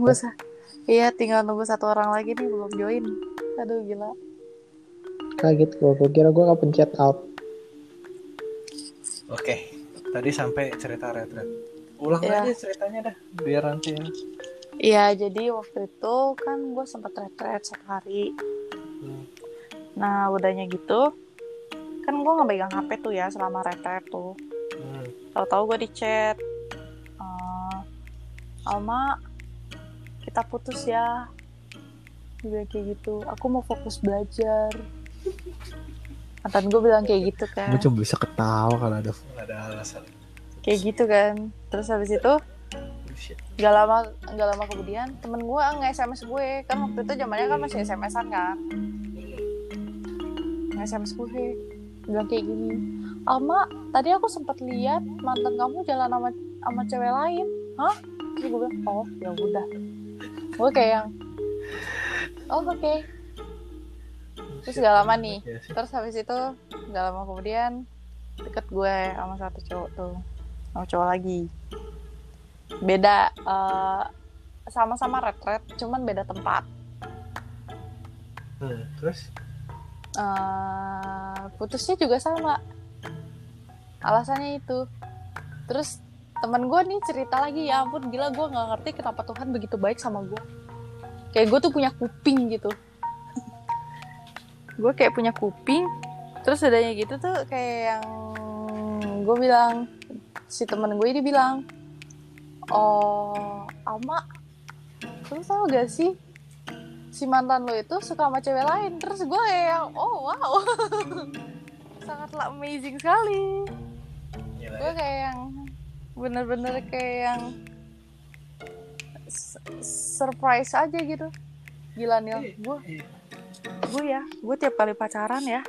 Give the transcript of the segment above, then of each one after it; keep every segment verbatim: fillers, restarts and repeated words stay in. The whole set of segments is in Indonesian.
nunggu sa- iya tinggal nunggu satu orang lagi nih belum join. Aduh gila. Kaget gue, gue kira gue kepencet out. Oke, tadi sampai cerita retret. Ulang Ya. aja ceritanya dah, biar nanti. Iya, jadi waktu itu kan gue sempat retret satu hari. Hmm. Nah, udahnya gitu, kan gue nggak pegang H P tuh ya selama retret tuh. Hmm. Tahu-tahu gue di chat, uh, Alma, kita putus ya. Dia kayak gitu. Aku mau fokus belajar. Mantan gue bilang kayak gitu kan. Gue cuma bisa ketawa kalau ada ada alasan. Kayak gitu kan. Terus habis itu Gak lama gak lama kemudian temen gue nge-S M S gue. Kan waktu itu zamannya kan masih S M S-an kan. Nge-S M S gue bilang kayak gini, Alma, tadi aku sempat lihat mantan kamu jalan sama sama cewek lain. Hah? Terus gue bilang, oh ya udah. Gue kayak yang oh oke okay. Terus gak lama nih. Terus habis itu gak lama kemudian deket gue sama satu cowok tuh, sama cowok lagi. Beda uh, sama-sama retret, cuman beda tempat. Hmm, terus? Uh, putusnya juga sama. Alasannya itu. Terus teman gue nih cerita lagi, ya ampun gila, gue nggak ngerti kenapa Tuhan begitu baik sama gue. Kayak gue tuh punya kuping gitu. Gue kayak punya kuping. Terus udahnya gitu tuh kayak yang gue bilang, si teman gue ini bilang, oh Alma, lu tau gak sih si mantan lo itu suka sama cewek lain. Terus gue kayak oh wow sangatlah amazing sekali. Gila, gue ya? kayak yang bener-bener kayak yang surprise aja gitu. Gila Nil, gue gue ya gue tiap kali pacaran ya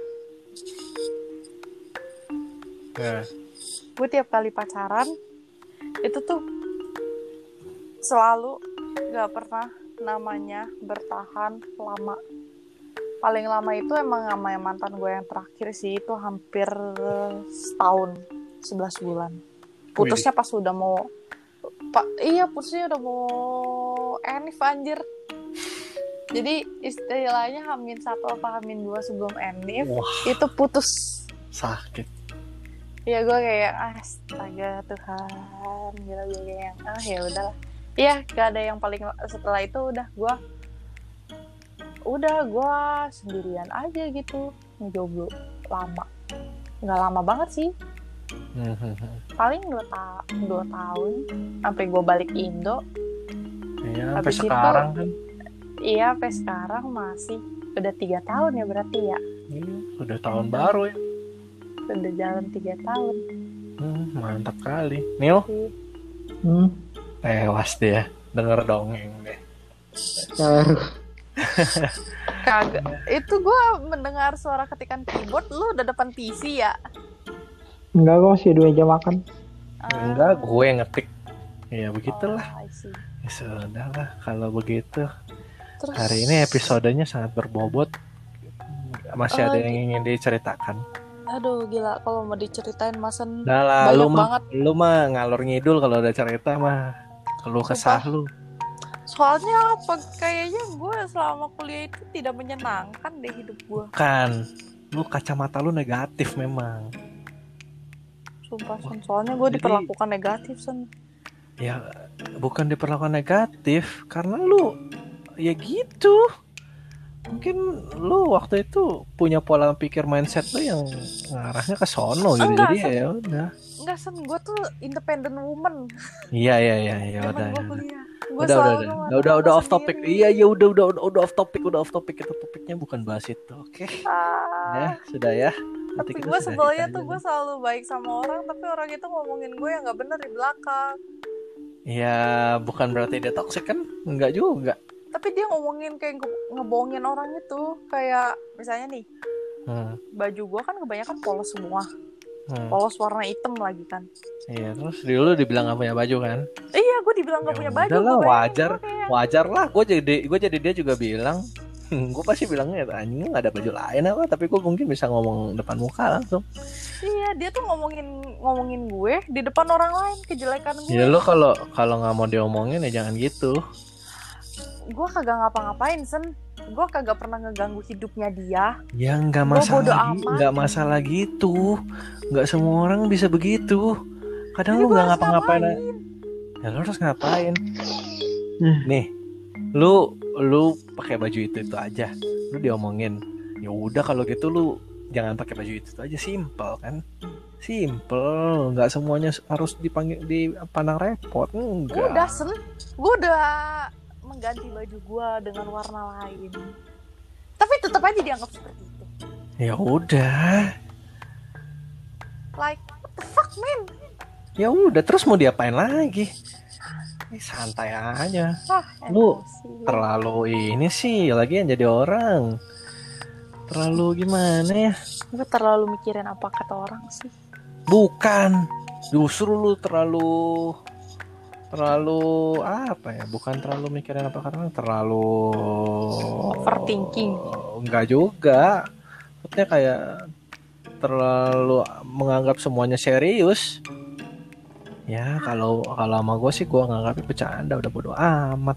nah. gue tiap kali pacaran itu tuh selalu gak pernah namanya bertahan lama. Paling lama itu emang sama yang mantan gue yang terakhir sih, itu hampir setahun, sebelas bulan. Putusnya pas udah mau pa, iya putusnya udah mau enif anjir. Jadi istilahnya hamin satu apa hamin dua sebelum enif. Wah, itu putus. Sakit. Iya gue kayak astaga Tuhan, gila gue kayak ah ya udahlah. Iya, gak ada yang paling setelah itu udah gue udah gue sendirian aja gitu, ngejomblo lama, nggak lama banget sih, paling dua ta- dua tahun, sampai gue balik Indo. Iya, sampai sekarang kan? Iya, sampai sekarang masih udah tiga tahun ya berarti ya. Iya, udah tahun hmm. baru ya. Udah jalan tiga tahun. Hmm, mantap kali, Nil. Hmm. Tewas dia, denger dongeng deh. Kagak, itu gue mendengar suara ketikan keyboard. Lu udah depan P C ya? Enggak, kok masih dua jam makan. uh, Enggak, gue ngetik. Ya begitulah. Oh, ya sudah lah kalau begitu. Terus, hari ini episodenya sangat berbobot. Masih uh, ada yang ingin diceritakan? Aduh gila, kalau mau diceritain masen lah, banyak lu banget. Mah, lu mah ngalor ngidul kalau ada cerita mah. Keluh kesah lu. Soalnya apa? Kayaknya gue selama kuliah itu tidak menyenangkan deh hidup gue. Kan, lu kacamata lu negatif memang. Sumpah, Sen. Soalnya gue diperlakukan negatif, Sen. Ya, bukan diperlakukan negatif, karena lu ya gitu. Mungkin lu waktu itu punya pola pikir mindset lu yang ngarahnya ke sono gitu. Enggak, jadi Sen. ya udah. Enggak, Sen, gue tuh independent woman. Iya iya iya iya udah. Gue kuliah. Gua udah udah udah udah udah, udah off topic. Iya iya udah udah udah udah off topic, udah off topic. Itu topiknya bukan bahas itu. Oke. Okay. Ah, ya, sudah ya. Nanti tapi gue sebelnya tuh gue selalu baik sama orang, tapi orang itu ngomongin gue yang nggak bener di belakang. Iya, bukan berarti dia toksik kan? Enggak juga. Tapi dia ngomongin kayak ngebohongin orang itu, kayak misalnya nih, hmm. baju gue kan kebanyakan polos semua. Hmm. Polos warna hitam lagi kan. Iya, terus dulu dibilang gak punya baju kan? Iya, gue dibilang gak ya punya baju. Udahlah, wajar, kayak... wajar lah. Gue jadi, gue jadi dia juga bilang, gue pasti bilangnya anjing nggak ada baju lain apa, tapi gue mungkin bisa ngomong depan muka langsung. Iya, dia tuh ngomongin ngomongin gue di depan orang lain, kejelekan gue. Ya lo kalau kalau nggak mau diomongin ya jangan gitu. gue kagak ngapa-ngapain Sen, gue kagak pernah ngeganggu hidupnya dia. Ya nggak Gua bodo masalah, amat. nggak masalah gitu. Nggak semua orang bisa begitu. Kadang Jadi lu gua nggak harus ngapa-ngapain. ngapain? Ya lu harus ngapain? Hmm. Nih, lu lu pakai baju itu itu aja. Lu diomongin. Ya udah kalau gitu lu jangan pakai baju itu, itu aja, simple kan? Simple, nggak semuanya harus dipanggil dipandang repot. Enggak. Udah Sen, gue udah mengganti baju gue dengan warna lain. Tapi tetap aja dianggap seperti itu. Ya udah. Like, what the fuck man? Ya udah, terus mau diapain lagi? Eh, santai aja. Ah, Lu emosi. terlalu ini sih, lagi yang jadi orang. Terlalu gimana ya? Gue terlalu mikirin apa kata orang sih. Bukan. Justru lu terlalu terlalu apa ya? Bukan terlalu mikirin apa kata orang, terlalu Overthinking. Enggak juga. Maksudnya kayak terlalu menganggap semuanya serius. Ya kalau kalau sama gue sih gue nganggapnya bercanda, udah bodo amat.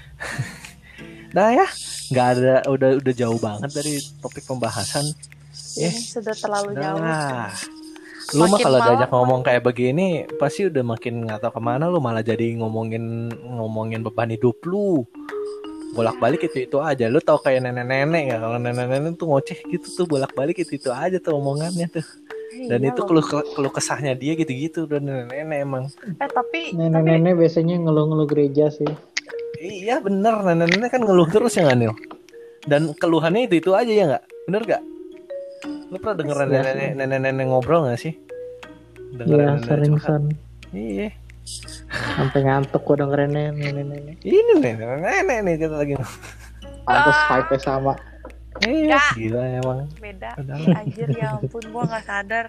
Nah ya, nggak ada, udah udah jauh banget dari topik pembahasan. Ini Eh, sudah terlalu jauh. Nah, lu mah Makin kalau malam, diajak ngomong kayak begini, pasti udah makin nggak tahu kemana. Lu malah jadi ngomongin ngomongin beban hidup lu. Bolak-balik itu itu aja. Lu tau kayak nenek-nenek nggak? Kalau nenek-nenek tuh ngoceh gitu tuh, bolak-balik itu itu aja tuh omongannya tuh. Dan Iya itu loh. keluh keluh kesahnya dia gitu-gitu, udah nenek-nenek emang. Eh tapi tapi Nenek-nenek biasanya ngeluh-ngeluh gereja sih. Iya bener, nenek-nenek kan ngeluh terus ya nggak, Nil? Dan keluhannya itu itu aja ya nggak? Bener nggak? Lu pernah dengerin Iya nenek sih. nenek nggak nggak sih? Dengerin Iya, nenek sering curhat. san. Iya. Sampai ngantuk gua dengerin nenek-nenek. Ini nih nenek nih kita lagi. Pantes Ah. vibe-nya sama. Iya, Nggak. gila emang. beda. Udah. Ih, anjir ya ampun, gue nggak sadar.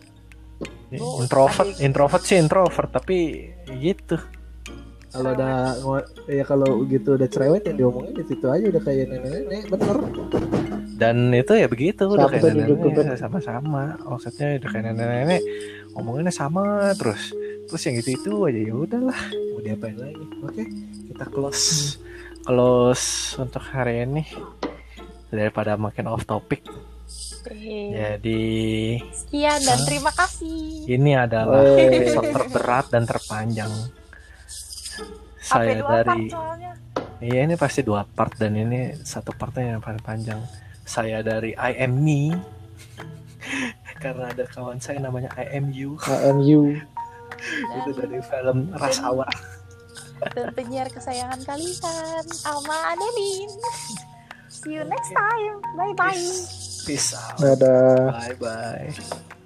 Gua Introvert, tadi- introvert sih introvert, tapi gitu. Kalau udah ya kalau gitu udah cerewet ya diomongin di situ aja, udah kayak nenek-nenek, bener. Dan itu ya begitu, udah Siapa kayak tuh duduk nenek-nenek sama-sama. Maksudnya udah kayak nenek-nenek, omonginnya sama terus. Terus yang gitu itu aja, ya udahlah, mau diapain lagi. Oke, kita close. Close untuk hari ini daripada makin off topic. Eh, Jadi Sekian dan terima kasih. ini adalah Wey. episode terberat dan terpanjang. Sampai Saya dua part dari soalnya. Iya, ini pasti dua part dan ini satu partnya yang paling panjang. Saya dari I Am Me. Karena ada kawan saya namanya I Am You. I M U. Itu dari film Rush Hour. Dan penyiar kesayangan kalian, Alma Adeline. See you next time. Bye bye. Peace out. Dadah. Bye bye.